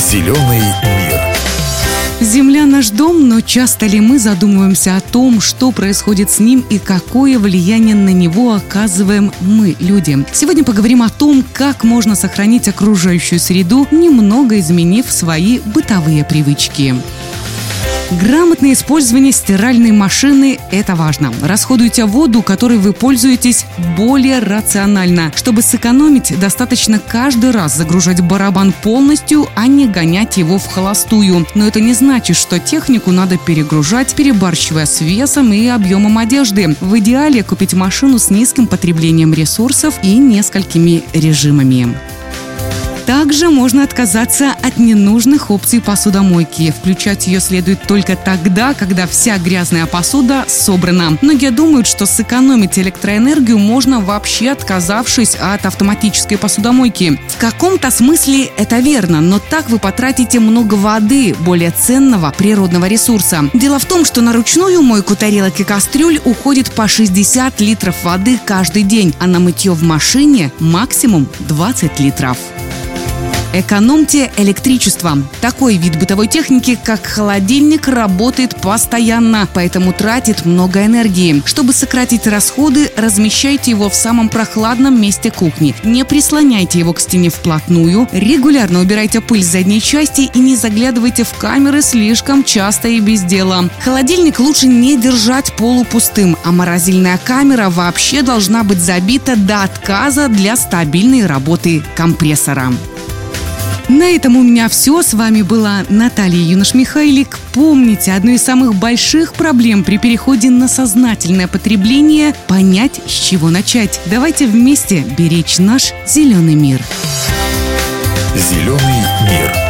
Зеленый мир. Земля наш дом, но часто ли мы задумываемся о том, что происходит с ним и какое влияние на него оказываем мы, люди? Сегодня поговорим о том, как можно сохранить окружающую среду, немного изменив свои бытовые привычки. Грамотное использование стиральной машины – это важно. Расходуйте воду, которой вы пользуетесь, более рационально. Чтобы сэкономить, достаточно каждый раз загружать барабан полностью, а не гонять его в холостую. Но это не значит, что технику надо перегружать, перебарщивая с весом и объемом одежды. В идеале купить машину с низким потреблением ресурсов и несколькими режимами. Также можно отказаться от ненужных опций посудомойки. Включать ее следует только тогда, когда вся грязная посуда собрана. Многие думают, что сэкономить электроэнергию можно, вообще отказавшись от автоматической посудомойки. В каком-то смысле это верно, но так вы потратите много воды, более ценного природного ресурса. Дело в том, что на ручную мойку тарелок и кастрюль уходит по 60 литров воды каждый день, а на мытье в машине максимум 20 литров. Экономьте электричество. Такой вид бытовой техники, как холодильник, работает постоянно, поэтому тратит много энергии. Чтобы сократить расходы, размещайте его в самом прохладном месте кухни. Не прислоняйте его к стене вплотную, регулярно убирайте пыль с задней части и не заглядывайте в камеры слишком часто и без дела. Холодильник лучше не держать полупустым, а морозильная камера вообще должна быть забита до отказа для стабильной работы компрессора. На этом у меня все. С вами была Наталья Юнош-Михайлик. Помните, одной из самых больших проблем при переходе на сознательное потребление – понять, с чего начать. Давайте вместе беречь наш зеленый мир. Зеленый мир.